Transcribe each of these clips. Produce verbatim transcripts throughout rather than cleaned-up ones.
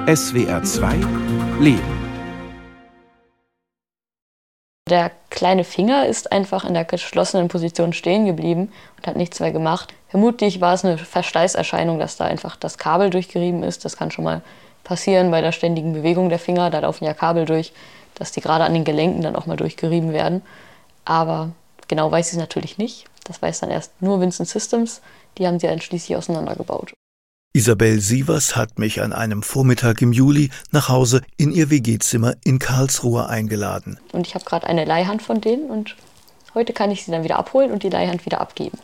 S W R zwei Leben. Der kleine Finger ist einfach in der geschlossenen Position stehen geblieben und hat nichts mehr gemacht. Vermutlich war es eine Verschleißerscheinung, dass da einfach das Kabel durchgerieben ist. Das kann schon mal passieren bei der ständigen Bewegung der Finger. Da laufen ja Kabel durch, dass die gerade an den Gelenken dann auch mal durchgerieben werden. Aber genau weiß ich es natürlich nicht. Das weiß dann erst nur Vincent Systems. Die haben sie dann schließlich auseinandergebaut. Isabel Sievers hat mich an einem Vormittag im Juli nach Hause in ihr W G-Zimmer in Karlsruhe eingeladen. Und ich habe gerade eine Leihhand von denen und heute kann ich sie dann wieder abholen und die Leihhand wieder abgeben.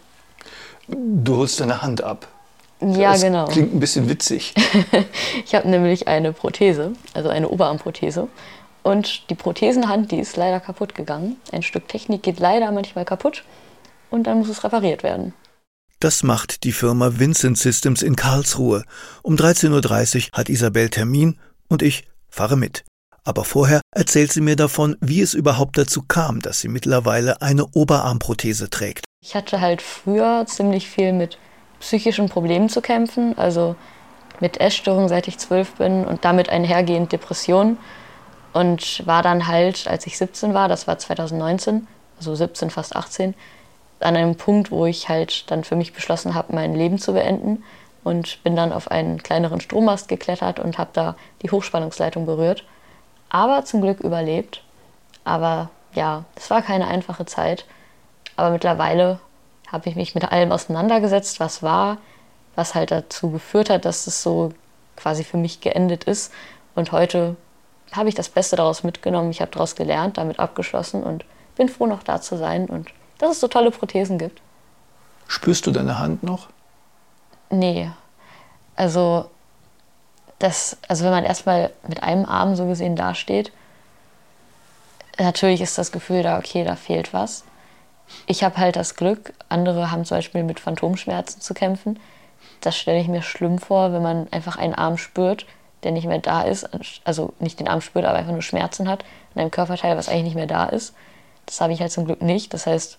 Du holst deine Hand ab? Ja, das genau. Klingt ein bisschen witzig. Ich habe nämlich eine Prothese, also eine Oberarmprothese. Und die Prothesenhand, die ist leider kaputt gegangen. Ein Stück Technik geht leider manchmal kaputt und dann muss es repariert werden. Das macht die Firma Vincent Systems in Karlsruhe. Um dreizehn Uhr dreißig hat Isabel Termin und ich fahre mit. Aber vorher erzählt sie mir davon, wie es überhaupt dazu kam, dass sie mittlerweile eine Oberarmprothese trägt. Ich hatte halt früher ziemlich viel mit psychischen Problemen zu kämpfen, also mit Essstörungen, seit ich zwölf bin und damit einhergehend Depressionen. Und war dann halt, als ich siebzehn war, das war zweitausendneunzehn, also siebzehn, fast achtzehn, an einem Punkt, wo ich halt dann für mich beschlossen habe, mein Leben zu beenden und bin dann auf einen kleineren Strommast geklettert und habe da die Hochspannungsleitung berührt. Aber zum Glück überlebt. Aber ja, es war keine einfache Zeit. Aber mittlerweile habe ich mich mit allem auseinandergesetzt, was war, was halt dazu geführt hat, dass es so quasi für mich geendet ist. Und heute habe ich das Beste daraus mitgenommen. Ich habe daraus gelernt, damit abgeschlossen und bin froh, noch da zu sein und dass es so tolle Prothesen gibt. Spürst du deine Hand noch? Nee. Also, das, also wenn man erstmal mit einem Arm so gesehen dasteht, natürlich ist das Gefühl da, okay, da fehlt was. Ich habe halt das Glück, andere haben zum Beispiel mit Phantomschmerzen zu kämpfen. Das stelle ich mir schlimm vor, wenn man einfach einen Arm spürt, der nicht mehr da ist. Also nicht den Arm spürt, aber einfach nur Schmerzen hat in einem Körperteil, was eigentlich nicht mehr da ist. Das habe ich halt zum Glück nicht. Das heißt,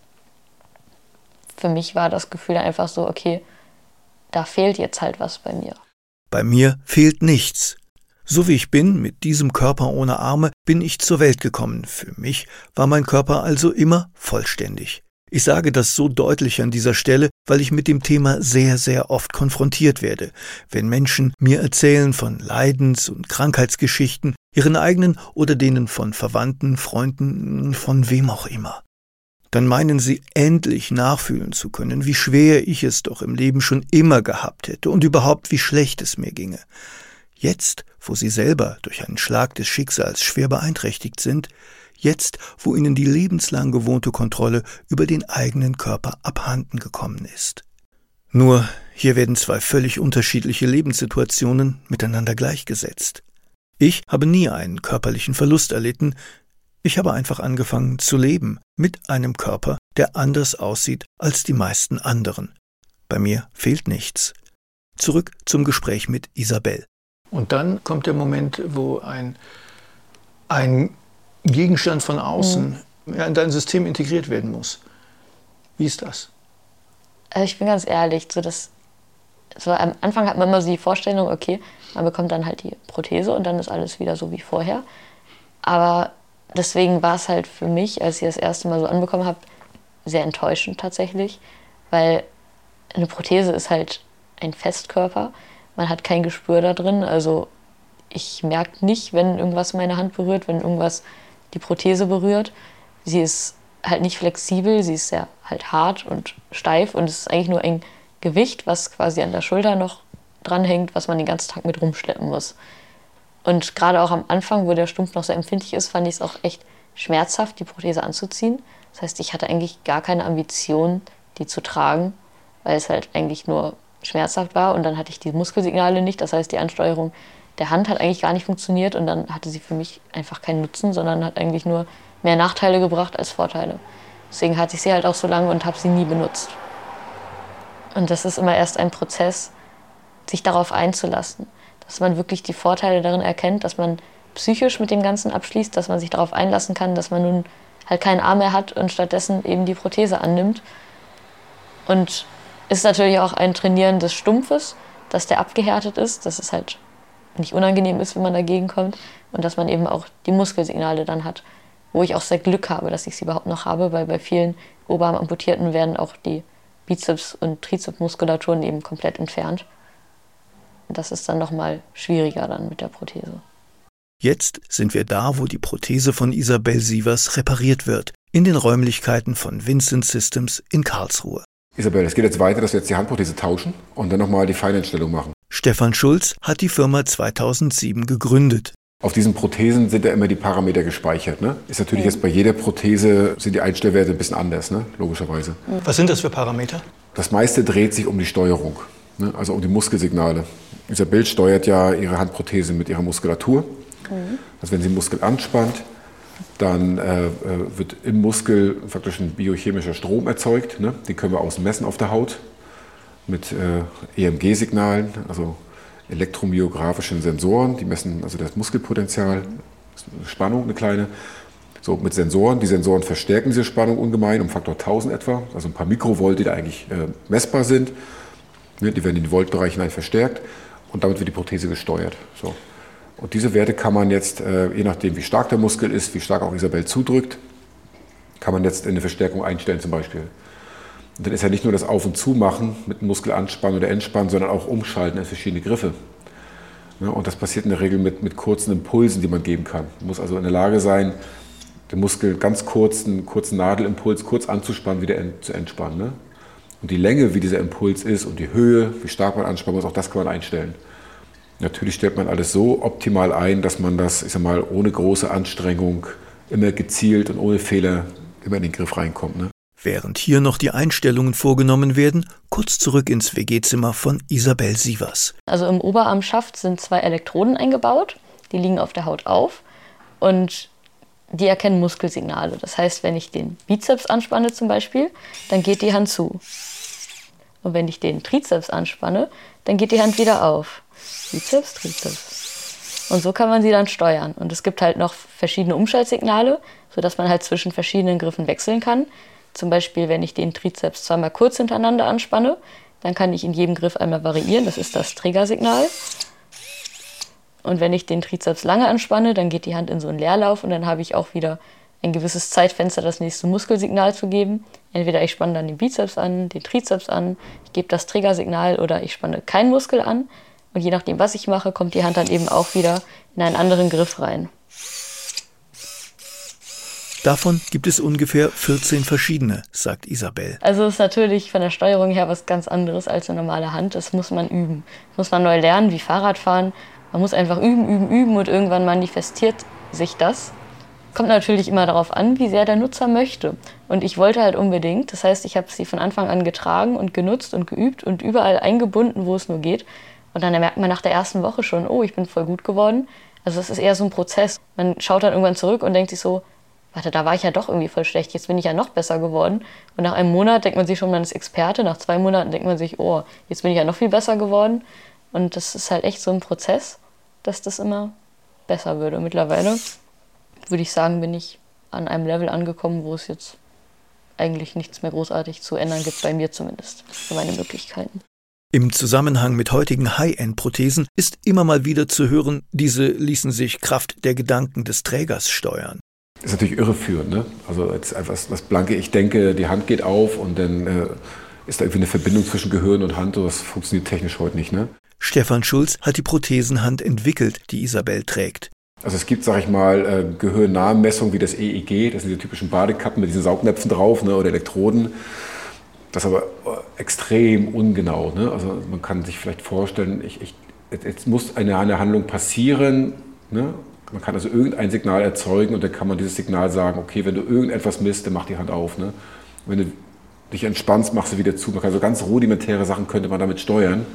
für mich war das Gefühl einfach so, okay, da fehlt jetzt halt was bei mir. Bei mir fehlt nichts. So wie ich bin, mit diesem Körper ohne Arme, bin ich zur Welt gekommen. Für mich war mein Körper also immer vollständig. Ich sage das so deutlich an dieser Stelle, weil ich mit dem Thema sehr, sehr oft konfrontiert werde, wenn Menschen mir erzählen von Leidens- und Krankheitsgeschichten, ihren eigenen oder denen von Verwandten, Freunden, von wem auch immer. Dann meinen sie endlich nachfühlen zu können, wie schwer ich es doch im Leben schon immer gehabt hätte und überhaupt wie schlecht es mir ginge. Jetzt, wo sie selber durch einen Schlag des Schicksals schwer beeinträchtigt sind, jetzt, wo ihnen die lebenslang gewohnte Kontrolle über den eigenen Körper abhanden gekommen ist. Nur, hier werden zwei völlig unterschiedliche Lebenssituationen miteinander gleichgesetzt. Ich habe nie einen körperlichen Verlust erlitten. Ich habe einfach angefangen zu leben mit einem Körper, der anders aussieht als die meisten anderen. Bei mir fehlt nichts. Zurück zum Gespräch mit Isabel. Und dann kommt der Moment, wo ein, ein Gegenstand von außen mhm. in dein System integriert werden muss. Wie ist das? Also ich bin ganz ehrlich, so dass, so am Anfang hat man immer so die Vorstellung, okay, man bekommt dann halt die Prothese und dann ist alles wieder so wie vorher. Aber deswegen war es halt für mich, als ich das erste Mal so anbekommen habe, sehr enttäuschend tatsächlich, weil eine Prothese ist halt ein Festkörper. Man hat kein Gespür da drin, also ich merke nicht, wenn irgendwas meine Hand berührt, wenn irgendwas die Prothese berührt. Sie ist halt nicht flexibel, sie ist sehr halt hart und steif und es ist eigentlich nur ein Gewicht, was quasi an der Schulter noch dranhängt, was man den ganzen Tag mit rumschleppen muss. Und gerade auch am Anfang, wo der Stumpf noch so empfindlich ist, fand ich es auch echt schmerzhaft, die Prothese anzuziehen. Das heißt, ich hatte eigentlich gar keine Ambition, die zu tragen, weil es halt eigentlich nur schmerzhaft war und dann hatte ich die Muskelsignale nicht, das heißt die Ansteuerung der Hand hat eigentlich gar nicht funktioniert und dann hatte sie für mich einfach keinen Nutzen, sondern hat eigentlich nur mehr Nachteile gebracht als Vorteile. Deswegen hatte ich sie halt auch so lange und habe sie nie benutzt. Und das ist immer erst ein Prozess, sich darauf einzulassen, dass man wirklich die Vorteile darin erkennt, dass man psychisch mit dem Ganzen abschließt, dass man sich darauf einlassen kann, dass man nun halt keinen Arm mehr hat und stattdessen eben die Prothese annimmt. Und ist natürlich auch ein Trainieren des Stumpfes, dass der abgehärtet ist. Das ist halt nicht unangenehm ist, wenn man dagegen kommt. Und dass man eben auch die Muskelsignale dann hat. Wo ich auch sehr Glück habe, dass ich sie überhaupt noch habe, weil bei vielen Oberarmamputierten werden auch die Bizeps- und Trizepsmuskulaturen eben komplett entfernt. Das ist dann nochmal schwieriger dann mit der Prothese. Jetzt sind wir da, wo die Prothese von Isabel Sievers repariert wird, in den Räumlichkeiten von Vincent Systems in Karlsruhe. Isabel, es geht jetzt weiter, dass wir jetzt die Handprothese tauschen und dann nochmal die Feineinstellung machen. Stefan Schulz hat die Firma zweitausendsieben gegründet. Auf diesen Prothesen sind ja immer die Parameter gespeichert. Ne? Ist natürlich jetzt bei jeder Prothese, sind die Einstellwerte ein bisschen anders, ne? Logischerweise. Was sind das für Parameter? Das meiste dreht sich um die Steuerung, ne? Also um die Muskelsignale. Isabel steuert ja ihre Handprothese mit ihrer Muskulatur. Mhm. Also wenn sie den Muskel anspannt, dann äh, wird im Muskel faktisch ein biochemischer Strom erzeugt. Ne? Den können wir außen messen auf der Haut mit äh, E M G-Signalen, also elektromyografischen Sensoren. Die messen also das Muskelpotenzial, eine Spannung, eine kleine. So mit Sensoren. Die Sensoren verstärken diese Spannung ungemein, um Faktor tausend etwa. Also ein paar Mikrovolt, die da eigentlich äh, messbar sind. Ne? Die werden in den Voltbereich hinein verstärkt und damit wird die Prothese gesteuert. So. Und diese Werte kann man jetzt, äh, je nachdem wie stark der Muskel ist, wie stark auch Isabel zudrückt, kann man jetzt in eine Verstärkung einstellen zum Beispiel. Und dann ist ja nicht nur das Auf- und Zumachen mit Muskelanspannen oder Entspannen, sondern auch Umschalten in verschiedene Griffe. Ja, und das passiert in der Regel mit, mit kurzen Impulsen, die man geben kann. Man muss also in der Lage sein, den Muskel ganz kurz, einen kurzen Nadelimpuls kurz anzuspannen, wieder zu entspannen. Ne? Und die Länge, wie dieser Impuls ist und die Höhe, wie stark man anspannen muss, auch das kann man einstellen. Natürlich stellt man alles so optimal ein, dass man das, ich sag mal, ohne große Anstrengung, immer gezielt und ohne Fehler immer in den Griff reinkommt. Ne? Während hier noch die Einstellungen vorgenommen werden, kurz zurück ins W G-Zimmer von Isabel Sievers. Also im Oberarmschaft sind zwei Elektroden eingebaut, die liegen auf der Haut auf und die erkennen Muskelsignale. Das heißt, wenn ich den Bizeps anspanne zum Beispiel, dann geht die Hand zu. Und wenn ich den Trizeps anspanne, dann geht die Hand wieder auf. Bizeps, Trizeps. Und so kann man sie dann steuern. Und es gibt halt noch verschiedene Umschaltsignale, sodass man halt zwischen verschiedenen Griffen wechseln kann. Zum Beispiel, wenn ich den Trizeps zweimal kurz hintereinander anspanne, dann kann ich in jedem Griff einmal variieren. Das ist das Triggersignal. Und wenn ich den Trizeps lange anspanne, dann geht die Hand in so einen Leerlauf und dann habe ich auch wieder ein gewisses Zeitfenster, das nächste Muskelsignal zu geben. Entweder ich spanne dann den Bizeps an, den Trizeps an, ich gebe das Triggersignal oder ich spanne keinen Muskel an. Und je nachdem, was ich mache, kommt die Hand dann eben auch wieder in einen anderen Griff rein. Davon gibt es ungefähr vierzehn verschiedene, sagt Isabel. Also es ist natürlich von der Steuerung her was ganz anderes als eine normale Hand. Das muss man üben. Das muss man neu lernen, wie Fahrradfahren. Man muss einfach üben, üben, üben und irgendwann manifestiert sich das. Kommt natürlich immer darauf an, wie sehr der Nutzer möchte. Und ich wollte halt unbedingt. Das heißt, ich habe sie von Anfang an getragen und genutzt und geübt und überall eingebunden, wo es nur geht. Und dann merkt man nach der ersten Woche schon, oh, ich bin voll gut geworden. Also es ist eher so ein Prozess. Man schaut dann irgendwann zurück und denkt sich so, warte, da war ich ja doch irgendwie voll schlecht, jetzt bin ich ja noch besser geworden. Und nach einem Monat denkt man sich schon, man ist Experte. Nach zwei Monaten denkt man sich, oh, jetzt bin ich ja noch viel besser geworden. Und das ist halt echt so ein Prozess, dass das immer besser würde. Mittlerweile würde ich sagen, bin ich an einem Level angekommen, wo es jetzt eigentlich nichts mehr großartig zu ändern gibt, bei mir zumindest, für meine Möglichkeiten. Im Zusammenhang mit heutigen High-End-Prothesen ist immer mal wieder zu hören, diese ließen sich Kraft der Gedanken des Trägers steuern. Das ist natürlich irreführend, ne? Also jetzt einfach das blanke Ich denke, die Hand geht auf und dann äh, ist da irgendwie eine Verbindung zwischen Gehirn und Hand. Das funktioniert technisch heute nicht, ne? Stefan Schulz hat die Prothesenhand entwickelt, die Isabel trägt. Also es gibt, sag ich mal, äh, gehörnahe Messungen wie das E E G, das sind die typischen Badekappen mit diesen Saugnäpfen drauf, ne, oder Elektroden. Das ist aber extrem ungenau, ne? Also man kann sich vielleicht vorstellen, ich, ich, jetzt muss eine, eine Handlung passieren, ne? Man kann also irgendein Signal erzeugen und dann kann man dieses Signal sagen, okay, wenn du irgendetwas misst, dann mach die Hand auf. Ne? Wenn du dich entspannst, machst du wieder zu. Man kann so ganz rudimentäre Sachen könnte man damit steuern,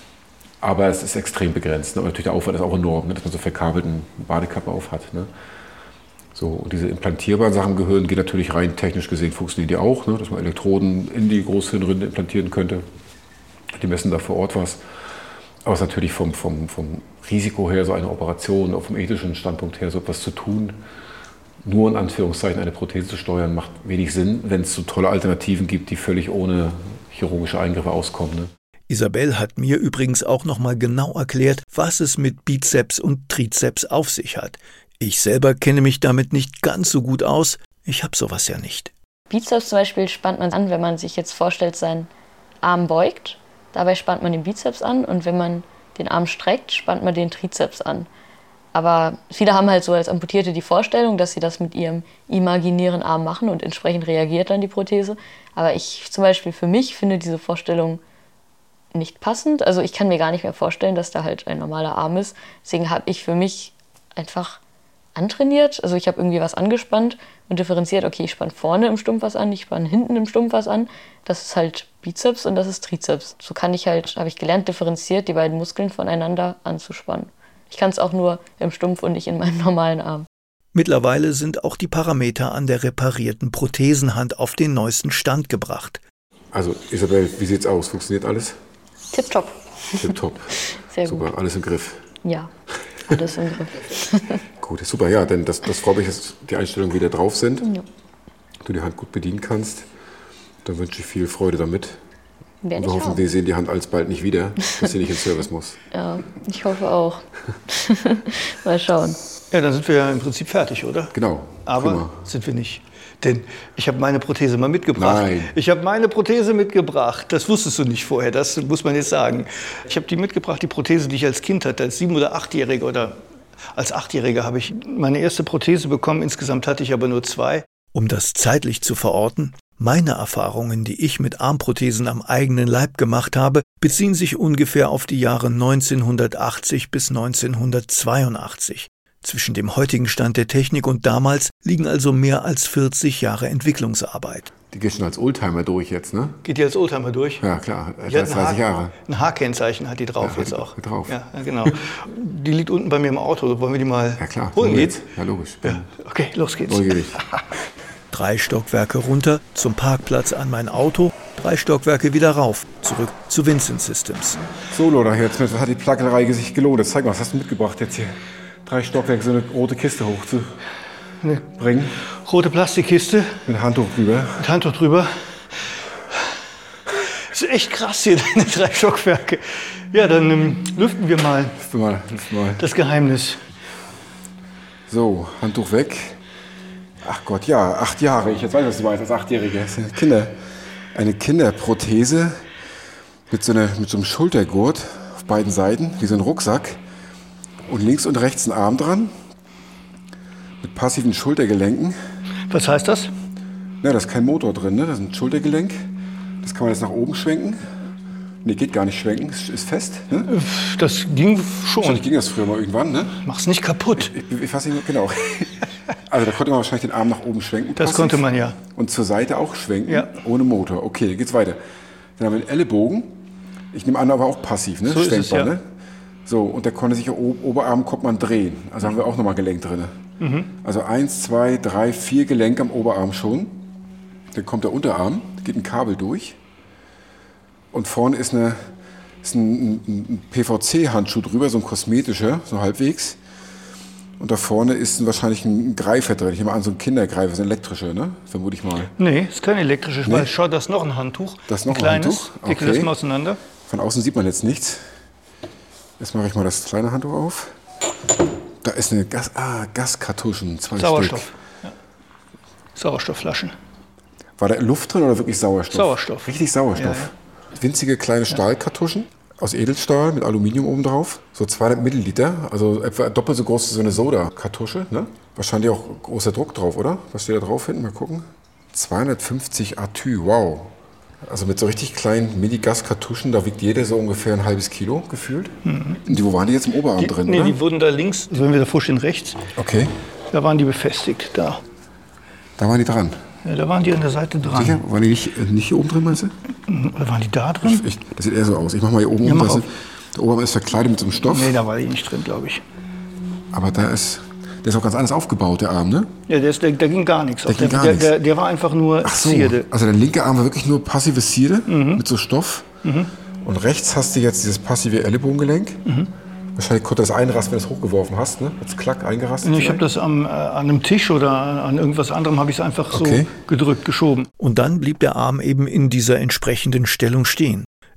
aber es ist extrem begrenzt. Ne? Und natürlich der Aufwand ist auch enorm, ne? Dass man so verkabelten Badekappe auf hat. Ne? So, und diese implantierbaren Sachen gehören, gehen natürlich rein technisch gesehen, funktionieren die auch, ne? Dass man Elektroden in die Großhirnrinde implantieren könnte. Die messen da vor Ort was. Aber es ist natürlich vom, vom, vom Risiko her, so eine Operation, auch vom ethischen Standpunkt her, so etwas zu tun, nur in Anführungszeichen eine Prothese zu steuern, macht wenig Sinn, wenn es so tolle Alternativen gibt, die völlig ohne chirurgische Eingriffe auskommen. Ne? Isabel hat mir übrigens auch nochmal genau erklärt, was es mit Bizeps und Trizeps auf sich hat. Ich selber kenne mich damit nicht ganz so gut aus. Ich habe sowas ja nicht. Bizeps zum Beispiel spannt man an, wenn man sich jetzt vorstellt, seinen Arm beugt. Dabei spannt man den Bizeps an und wenn man den Arm streckt, spannt man den Trizeps an. Aber viele haben halt so als Amputierte die Vorstellung, dass sie das mit ihrem imaginären Arm machen und entsprechend reagiert dann die Prothese. Aber ich zum Beispiel für mich finde diese Vorstellung nicht passend. Also ich kann mir gar nicht mehr vorstellen, dass da halt ein normaler Arm ist. Deswegen habe ich für mich einfach antrainiert. Also ich habe irgendwie was angespannt und differenziert, okay, ich spanne vorne im Stumpf was an, ich spanne hinten im Stumpf was an. Das ist halt Bizeps und das ist Trizeps. So kann ich halt, habe ich gelernt, differenziert die beiden Muskeln voneinander anzuspannen. Ich kann es auch nur im Stumpf und nicht in meinem normalen Arm. Mittlerweile sind auch die Parameter an der reparierten Prothesenhand auf den neuesten Stand gebracht. Also Isabel, wie sieht's aus? Funktioniert alles? Tipptopp. Tipptopp. Sehr super, gut. Alles im Griff. Ja, alles im Griff. Gut, super, ja, denn das, das freut mich, dass die Einstellungen wieder drauf sind. Ja. Du die Hand gut bedienen kannst. Dann wünsche ich viel Freude damit. Werd Und wir ich hoffen, auch. wir sehen die Hand alsbald nicht wieder, dass sie nicht ins Service muss. Ja, ich hoffe auch. Mal schauen. Ja, dann sind wir ja im Prinzip fertig, oder? Genau. Aber prima. sind wir nicht. Denn ich habe meine Prothese mal mitgebracht. Nein. Ich habe meine Prothese mitgebracht. Das wusstest du nicht vorher, das muss man jetzt sagen. Ich habe die mitgebracht, die Prothese, die ich als Kind hatte, als Sieben- oder Achtjähriger. Oder als Achtjähriger habe ich meine erste Prothese bekommen. Insgesamt hatte ich aber nur zwei. Um das zeitlich zu verorten, meine Erfahrungen, die ich mit Armprothesen am eigenen Leib gemacht habe, beziehen sich ungefähr auf die Jahre neunzehnhundertachtzig bis neunzehnhundertzweiundachtzig. Zwischen dem heutigen Stand der Technik und damals liegen also mehr als vierzig Jahre Entwicklungsarbeit. Die geht schon als Oldtimer durch jetzt, ne? Geht die als Oldtimer durch? Ja, klar, Die etwa hat ein dreißig H- Jahre. Ein H-Kennzeichen hat die drauf Ja, jetzt hat die auch. drauf. Ja, ja, genau. Die liegt unten bei mir im Auto. Wollen wir die mal Ja, klar. holen? Los Geht's? geht's. Ja, logisch. Ja. Okay, los geht's. Neugierig. Drei Stockwerke runter, zum Parkplatz an mein Auto, drei Stockwerke wieder rauf, zurück zu Vincent Systems. So, Lothar, jetzt hat die Plackerei sich gelohnt. Jetzt zeig mal, was hast du mitgebracht jetzt hier? Drei Stockwerke, so eine rote Kiste hochzubringen. Rote Plastikkiste Mit Handtuch drüber. mit Handtuch drüber. Das ist echt krass hier, deine drei Stockwerke. Ja, dann ähm, lüften wir mal Lüft mal, lüft mal. das Geheimnis. So, Handtuch weg. Ach Gott, ja, acht Jahre. Ich jetzt weiß, was du meinst als Achtjährige. Das ist eine, Kinder, eine Kinderprothese mit so, einer, mit so einem Schultergurt auf beiden Seiten, wie so ein Rucksack. Und links und rechts ein Arm dran. Mit passiven Schultergelenken. Was heißt das? Ja, da ist kein Motor drin, ne? Das ist ein Schultergelenk. Das kann man jetzt nach oben schwenken. Nee, geht gar nicht schwenken, es ist fest. Ne? Das ging schon. Wahrscheinlich ging das früher mal irgendwann, ne? Mach's nicht kaputt. Ich, ich fasse nicht mehr, genau. Also da konnte man wahrscheinlich den Arm nach oben schwenken. Das passiv. konnte man ja. Und zur Seite auch schwenken, Ja. ohne Motor. Okay, dann geht's weiter. Dann haben wir den Ellenbogen. Ich nehme an, aber auch passiv, ne? So ist es, ja. Ne? So, und da konnte sich o- Oberarm kommt man drehen. Also haben wir auch nochmal Gelenk drin. Mhm. Also eins, zwei, drei, vier Gelenke am Oberarm schon. Dann kommt der Unterarm, da geht ein Kabel durch. Und vorne ist, eine, ist ein, ein P V C-Handschuh drüber, so ein kosmetischer, so halbwegs. Und da vorne ist ein, wahrscheinlich ein Greifer drin. Ich nehme an, so ein Kindergreifer, so ein elektrischer, ne? Vermute ich mal. Nee, ist kein elektrisches. Weil schau, das ist noch ein Handtuch. Das ist noch ein kleines. Handtuch? Wickel das Okay. mal auseinander. Von außen sieht man jetzt nichts. Jetzt mache ich mal das kleine Handtuch auf. Da ist eine Gas, ah, Gaskartuschen, zwei Sauerstoff. Stück. Ja. Sauerstoffflaschen. War da Luft drin oder wirklich Sauerstoff? Sauerstoff. Richtig Sauerstoff. Winzige kleine Stahlkartuschen aus Edelstahl mit Aluminium oben drauf. So zweihundert Milliliter, also etwa doppelt so groß wie so eine Soda-Kartusche. Ne? Wahrscheinlich auch großer Druck drauf, oder? Was steht da drauf hinten? Mal gucken. zweihundertfünfzig Atü, wow. Also mit so richtig kleinen Mini-Gaskartuschen, da wiegt jede so ungefähr ein halbes Kilo gefühlt. Mhm. Und die, wo waren die jetzt im Oberarm Die, drin, nee, oder? die wurden da links, wenn wir davor stehen, rechts. Okay, Da waren die befestigt. Da. da waren die dran. Ja, da waren die an der Seite dran. Sicher? Waren die nicht, äh, nicht hier oben drin, meinst du? Oder waren die da drin? Ich, das sieht eher so aus. Ich mach mal hier oben Ja, um. mach Das auf. ist, der Oberarm ist verkleidet mit so einem Stoff. Nee, da war die nicht drin, glaube ich. Aber da ist, der ist auch ganz anders aufgebaut, der Arm, ne? Ja, der, ist, der, der ging gar nichts. Der auf. ging der, gar der, nichts. der, der war einfach nur Ach so, Zierde. also der linke Arm war wirklich nur passives Zierde Mhm. mit so Stoff. Und rechts hast du jetzt dieses passive Ellenbogengelenk. Mhm. Wahrscheinlich konnte das einrasten, wenn du es hochgeworfen hast, ne? Hat's klack eingerastet. Ich habe vielleicht? das am, äh, an einem Tisch oder an irgendwas anderem habe ich es einfach Okay. so gedrückt, geschoben. Und dann blieb der Arm eben in dieser entsprechenden Stellung stehen.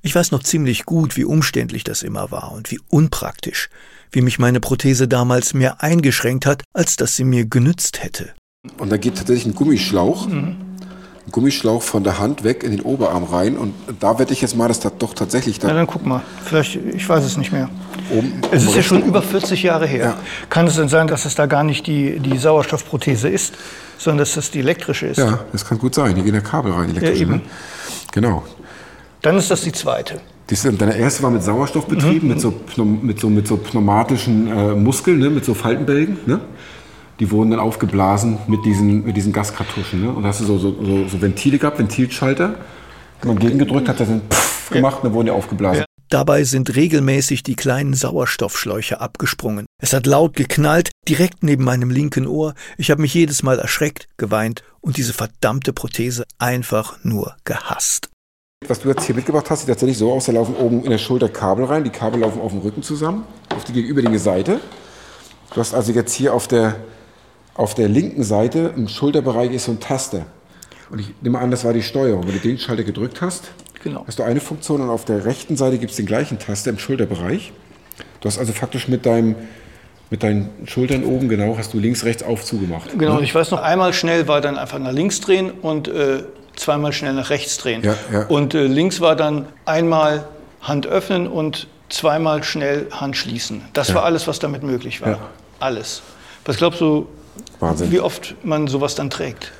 Ich weiß noch ziemlich gut, wie umständlich das immer war und wie unpraktisch, wie mich meine Prothese damals mehr eingeschränkt hat, als dass sie mir genützt hätte. Und da geht tatsächlich ein Gummischlauch, mhm. ein Gummischlauch von der Hand weg in den Oberarm rein. Und da wette ich jetzt mal, dass das doch tatsächlich... Da ja, dann guck mal. Vielleicht, ich weiß es nicht mehr. Oben, es ist ja schon über vierzig Jahre her. Ja. Kann es denn sein, dass es da gar nicht die, die Sauerstoffprothese ist, sondern dass das die elektrische ist? Ja, das kann gut sein. Hier gehen ja Kabel rein, elektrische. Ja, eben. Ne? Genau. Dann ist das die zweite. Deine erste war mit Sauerstoff betrieben, mhm. mit, so, mit, so, mit so pneumatischen äh, Muskeln, ne? Mit so Faltenbälgen. Ne? Die wurden dann aufgeblasen mit diesen, mit diesen Gaskartuschen. Ne? Und da hast du so, so, so, so Ventile gehabt, Ventilschalter. Wenn man gegengedrückt hat, hat er dann Pfff gemacht und dann wurden die aufgeblasen. Ja. Dabei sind regelmäßig die kleinen Sauerstoffschläuche abgesprungen. Es hat laut geknallt, direkt neben meinem linken Ohr. Ich habe mich jedes Mal erschreckt, geweint und diese verdammte Prothese einfach nur gehasst. Was du jetzt hier mitgebracht hast, sieht tatsächlich so aus, da laufen oben in der Schulter Kabel rein. Die Kabel laufen auf dem Rücken zusammen, auf die gegenüberliegende Seite. Du hast also jetzt hier auf der, auf der linken Seite, im Schulterbereich ist so ein Taster. Und ich nehme an, das war die Steuerung. Wenn du den Schalter gedrückt hast, genau. hast du eine Funktion und auf der rechten Seite gibt es den gleichen Taster im Schulterbereich. Du hast also faktisch mit deinem Mit deinen Schultern oben, genau, hast du links, rechts auf zugemacht. Genau, und ich weiß noch, einmal schnell war dann einfach nach links drehen und äh, zweimal schnell nach rechts drehen. Ja, ja. Und äh, links war dann einmal Hand öffnen und zweimal schnell Hand schließen. Das ja. war alles, was damit möglich war. Ja. Alles. Was glaubst du, Wahnsinn. Wie oft man sowas dann trägt?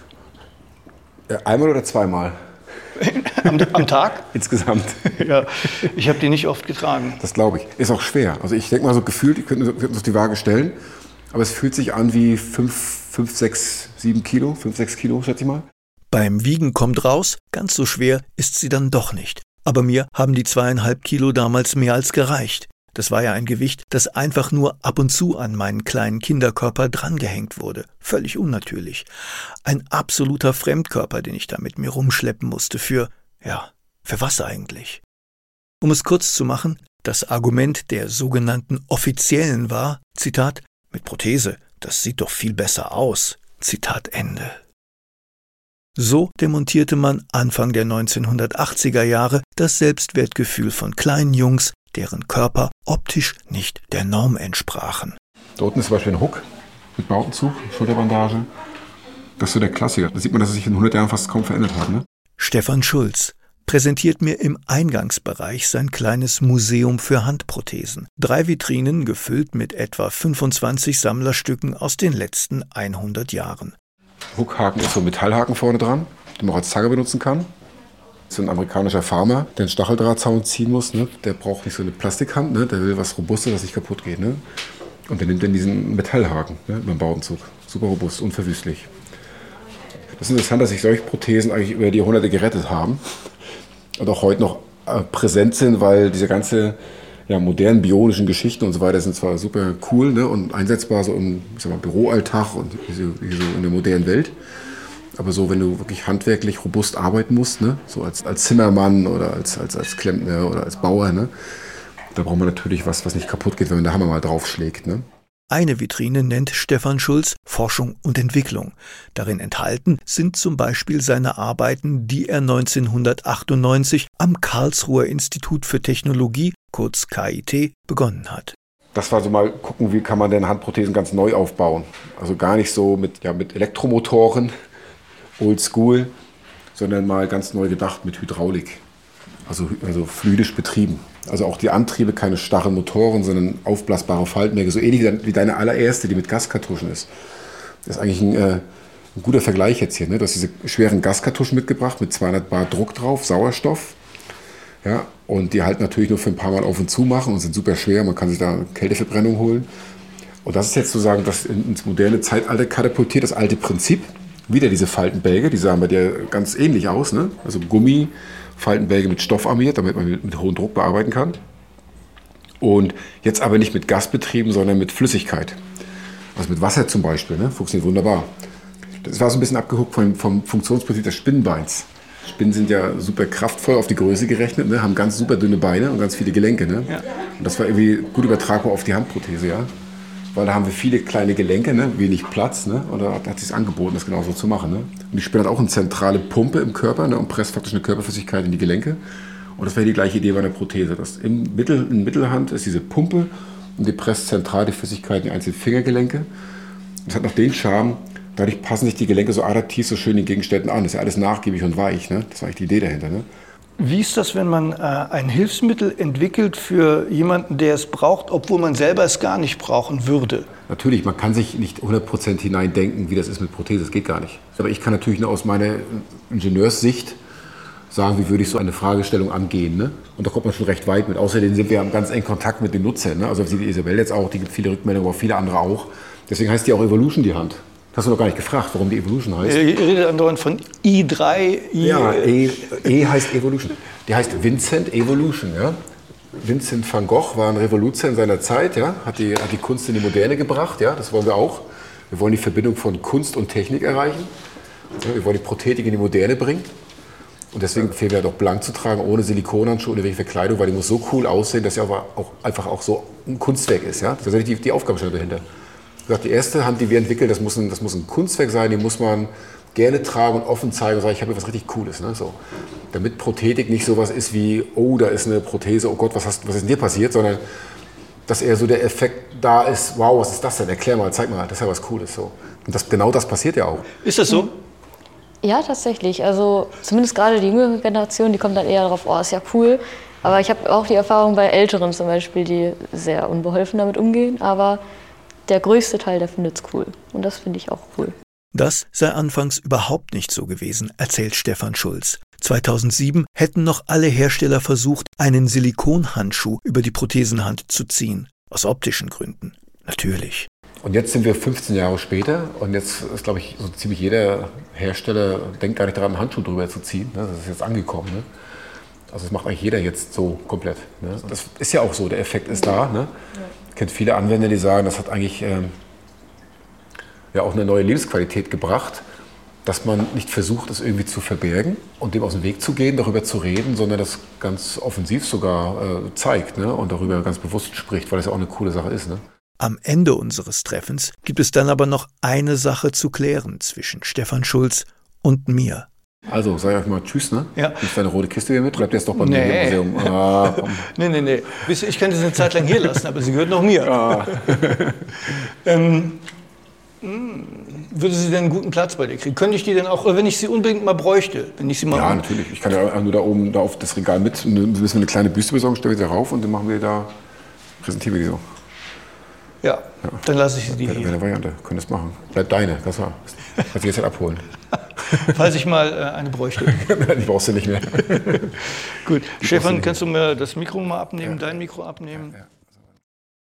Einmal oder zweimal? am, am Tag? Insgesamt. Ja, ich habe die nicht oft getragen. Das glaube ich. Ist auch schwer. Also ich denke mal so gefühlt, ich könnte uns auf die Waage stellen, aber es fühlt sich an wie fünf, sechs, sieben Kilo, fünf, sechs Kilo, schätze ich mal. Beim Wiegen kommt raus, ganz so schwer ist sie dann doch nicht. Aber mir haben die zweieinhalb Kilo damals mehr als gereicht. Das war ja ein Gewicht, das einfach nur ab und zu an meinen kleinen Kinderkörper drangehängt wurde. Völlig unnatürlich. Ein absoluter Fremdkörper, den ich da mit mir rumschleppen musste. Für, ja, für was eigentlich? Um es kurz zu machen, das Argument der sogenannten Offiziellen war, Zitat, mit Prothese, das sieht doch viel besser aus. Zitat Ende. So demontierte man Anfang der neunzehnhundertachtziger Jahre das Selbstwertgefühl von kleinen Jungs, deren Körper optisch nicht der Norm entsprachen. Da unten ist zum Beispiel ein Hook mit Bautenzug, Schulterbandage. Das ist so der Klassiker. Da sieht man, dass es sich in hundert Jahren fast kaum verändert hat. Ne? Stefan Schulz präsentiert mir im Eingangsbereich sein kleines Museum für Handprothesen. Drei Vitrinen gefüllt mit etwa fünfundzwanzig Sammlerstücken aus den letzten hundert Jahren. Hookhaken ist so ein Metallhaken vorne dran, den man auch als Zange benutzen kann. So ein amerikanischer Farmer, der einen Stacheldrahtzaun ziehen muss, ne? Der braucht nicht so eine Plastikhand, ne? Der will was Robustes, das nicht kaputt geht. Ne? Und der nimmt dann diesen Metallhaken, ne? Beim Bautenzug. Super robust, unverwüstlich. Das ist interessant, dass sich solche Prothesen eigentlich über die Jahrhunderte gerettet haben und auch heute noch äh, präsent sind, weil diese ganze ja, modernen bionischen Geschichten und so weiter sind zwar super cool, ne? Und einsetzbar so im ich sag mal, Büroalltag und so, so in der modernen Welt. Aber so, wenn du wirklich handwerklich robust arbeiten musst, ne? So als, als Zimmermann oder als, als, als Klempner oder als Bauer, ne? Da braucht man natürlich was, was nicht kaputt geht, wenn man der Hammer mal draufschlägt. Ne? Eine Vitrine nennt Stefan Schulz Forschung und Entwicklung. Darin enthalten sind zum Beispiel seine Arbeiten, die er neunzehnhundertachtundneunzig am Karlsruher Institut für Technologie, kurz K I T, begonnen hat. Das war so mal gucken, wie kann man denn Handprothesen ganz neu aufbauen. Also gar nicht so mit, ja, mit Elektromotoren, oldschool, sondern mal ganz neu gedacht mit Hydraulik. Also, also fluidisch betrieben. Also auch die Antriebe, keine starren Motoren, sondern aufblasbare Faltwerke. So ähnlich wie deine allererste, die mit Gaskartuschen ist. Das ist eigentlich ein, äh, ein guter Vergleich jetzt hier. Ne? Du hast diese schweren Gaskartuschen mitgebracht mit zweihundert Bar Druck drauf, Sauerstoff. Ja, und die halt natürlich nur für ein paar Mal auf und zu machen und sind super schwer. Man kann sich da Kälteverbrennung holen. Und das ist jetzt sozusagen das ins moderne Zeitalter katapultiert, das alte Prinzip. Wieder diese Faltenbälge, die sahen bei dir ganz ähnlich aus. Ne? Also Gummi, Faltenbälge mit Stoff armiert, damit man mit, mit hohem Druck bearbeiten kann. Und jetzt aber nicht mit Gas betrieben, sondern mit Flüssigkeit. Also mit Wasser zum Beispiel, ne? Funktioniert wunderbar. Das war so ein bisschen abgeguckt vom, vom Funktionsprinzip des Spinnenbeins. Spinnen sind ja super kraftvoll auf die Größe gerechnet, ne? Haben ganz super dünne Beine und ganz viele Gelenke. Ne? Ja. Und das war irgendwie gut übertragbar auf die Handprothese, ja. Weil da haben wir viele kleine Gelenke, ne? Wenig Platz, ne? Und da hat, hat sich angeboten, das genauso zu machen. Ne? Und die Spinne hat auch eine zentrale Pumpe im Körper, ne? Und presst faktisch eine Körperflüssigkeit in die Gelenke. Und das wäre die gleiche Idee bei einer Prothese. Das im Mittel, in der Mittelhand ist diese Pumpe und die presst zentral die Flüssigkeit in die einzelnen Fingergelenke. Das hat noch den Charme, dadurch passen sich die Gelenke so adaptiv so schön den Gegenständen an. Das ist ja alles nachgiebig und weich. Ne? Das war eigentlich die Idee dahinter. Ne? Wie ist das, wenn man äh, ein Hilfsmittel entwickelt für jemanden, der es braucht, obwohl man selber es gar nicht brauchen würde? Natürlich, man kann sich nicht hundert Prozent hineindenken, wie das ist mit Prothese. Das geht gar nicht. Aber ich kann natürlich nur aus meiner Ingenieurssicht sagen, wie würde ich so eine Fragestellung angehen. Ne? Und da kommt man schon recht weit mit. Außerdem sind wir im ganz engen Kontakt mit den Nutzern. Ne? Also die Isabel jetzt auch, die gibt viele Rückmeldungen, aber viele andere auch. Deswegen heißt die auch Evolution, die Hand. Hast du noch gar nicht gefragt, warum die Evolution heißt? Ihr redet andauernd von I drei. I ja, e, e heißt Evolution. Die heißt Vincent Evolution. Ja? Vincent van Gogh war ein Revoluzer in seiner Zeit, ja? hat, die, hat die Kunst in die Moderne gebracht. Ja? Das wollen wir auch. Wir wollen die Verbindung von Kunst und Technik erreichen. Ja? Wir wollen die Prothetik in die Moderne bringen. Und deswegen fehlen wir doch blank zu tragen, ohne Silikonhandschuhe, ohne welche Verkleidung, weil die muss so cool aussehen, dass sie aber auch einfach auch so ein Kunstwerk ist. Ja? Das ist die, die Aufgabenstellung dahinter. Die erste Hand, die wir entwickeln, das muss, ein, das muss ein Kunstwerk sein, die muss man gerne tragen und offen zeigen und sagen, ich habe hier was richtig Cooles. Ne? So. Damit Prothetik nicht sowas ist wie, oh, da ist eine Prothese, oh Gott, was, hast, was ist denn dir passiert, sondern dass eher so der Effekt da ist, wow, was ist das denn, erklär mal, zeig mal, das ist ja was Cooles. So. Und das, genau das passiert ja auch. Ist das so? Ja, tatsächlich. Also zumindest gerade die jüngere Generation, die kommt dann eher darauf, oh, ist ja cool. Aber ich habe auch die Erfahrung bei Älteren zum Beispiel, die sehr unbeholfen damit umgehen, aber der größte Teil, der findet es cool. Und das finde ich auch cool. Das sei anfangs überhaupt nicht so gewesen, erzählt Stefan Schulz. zweitausendsieben hätten noch alle Hersteller versucht, einen Silikonhandschuh über die Prothesenhand zu ziehen. Aus optischen Gründen. Natürlich. Und jetzt sind wir fünfzehn Jahre später und jetzt ist, glaube ich, so ziemlich jeder Hersteller denkt gar nicht daran, einen Handschuh drüber zu ziehen. Das ist jetzt angekommen. Ne? Also das macht eigentlich jeder jetzt so komplett. Ne? Das ist ja auch so, der Effekt ist da. Ne? Ich kenne viele Anwender, die sagen, das hat eigentlich ähm, ja auch eine neue Lebensqualität gebracht, dass man nicht versucht, es irgendwie zu verbergen und dem aus dem Weg zu gehen, darüber zu reden, sondern das ganz offensiv sogar äh, zeigt, ne? Und darüber ganz bewusst spricht, weil das ja auch eine coole Sache ist. Ne? Am Ende unseres Treffens gibt es dann aber noch eine Sache zu klären zwischen Stefan Schulz und mir. Also, sag ich mal Tschüss, ne? Ja. Nimmst deine rote Kiste hier mit? Bleibt jetzt doch bei nee. mir im Museum. Ah, nee, nee, nee. Ich kann sie eine Zeit lang hier lassen, aber sie gehört noch mir. Ah. ähm, würde sie denn einen guten Platz bei dir kriegen? Könnte ich die denn auch, wenn ich sie unbedingt mal bräuchte? Wenn ich sie mal ja, natürlich. Ich kann ja nur da oben da auf das Regal mit. Wir müssen eine kleine Büste besorgen, stellen wir sie rauf und dann machen wir da, präsentieren wir die so. Ja, ja. Dann lasse ich sie die hier. Wäre eine Variante, können das machen. Bleibt deine, das war. Kannst du jetzt halt abholen. Falls ich mal äh, eine bräuchte. Die brauchst du nicht mehr. Gut, Die Stefan, nicht kannst mehr. du mir das Mikro mal abnehmen, ja. Dein Mikro abnehmen? Ja, ja.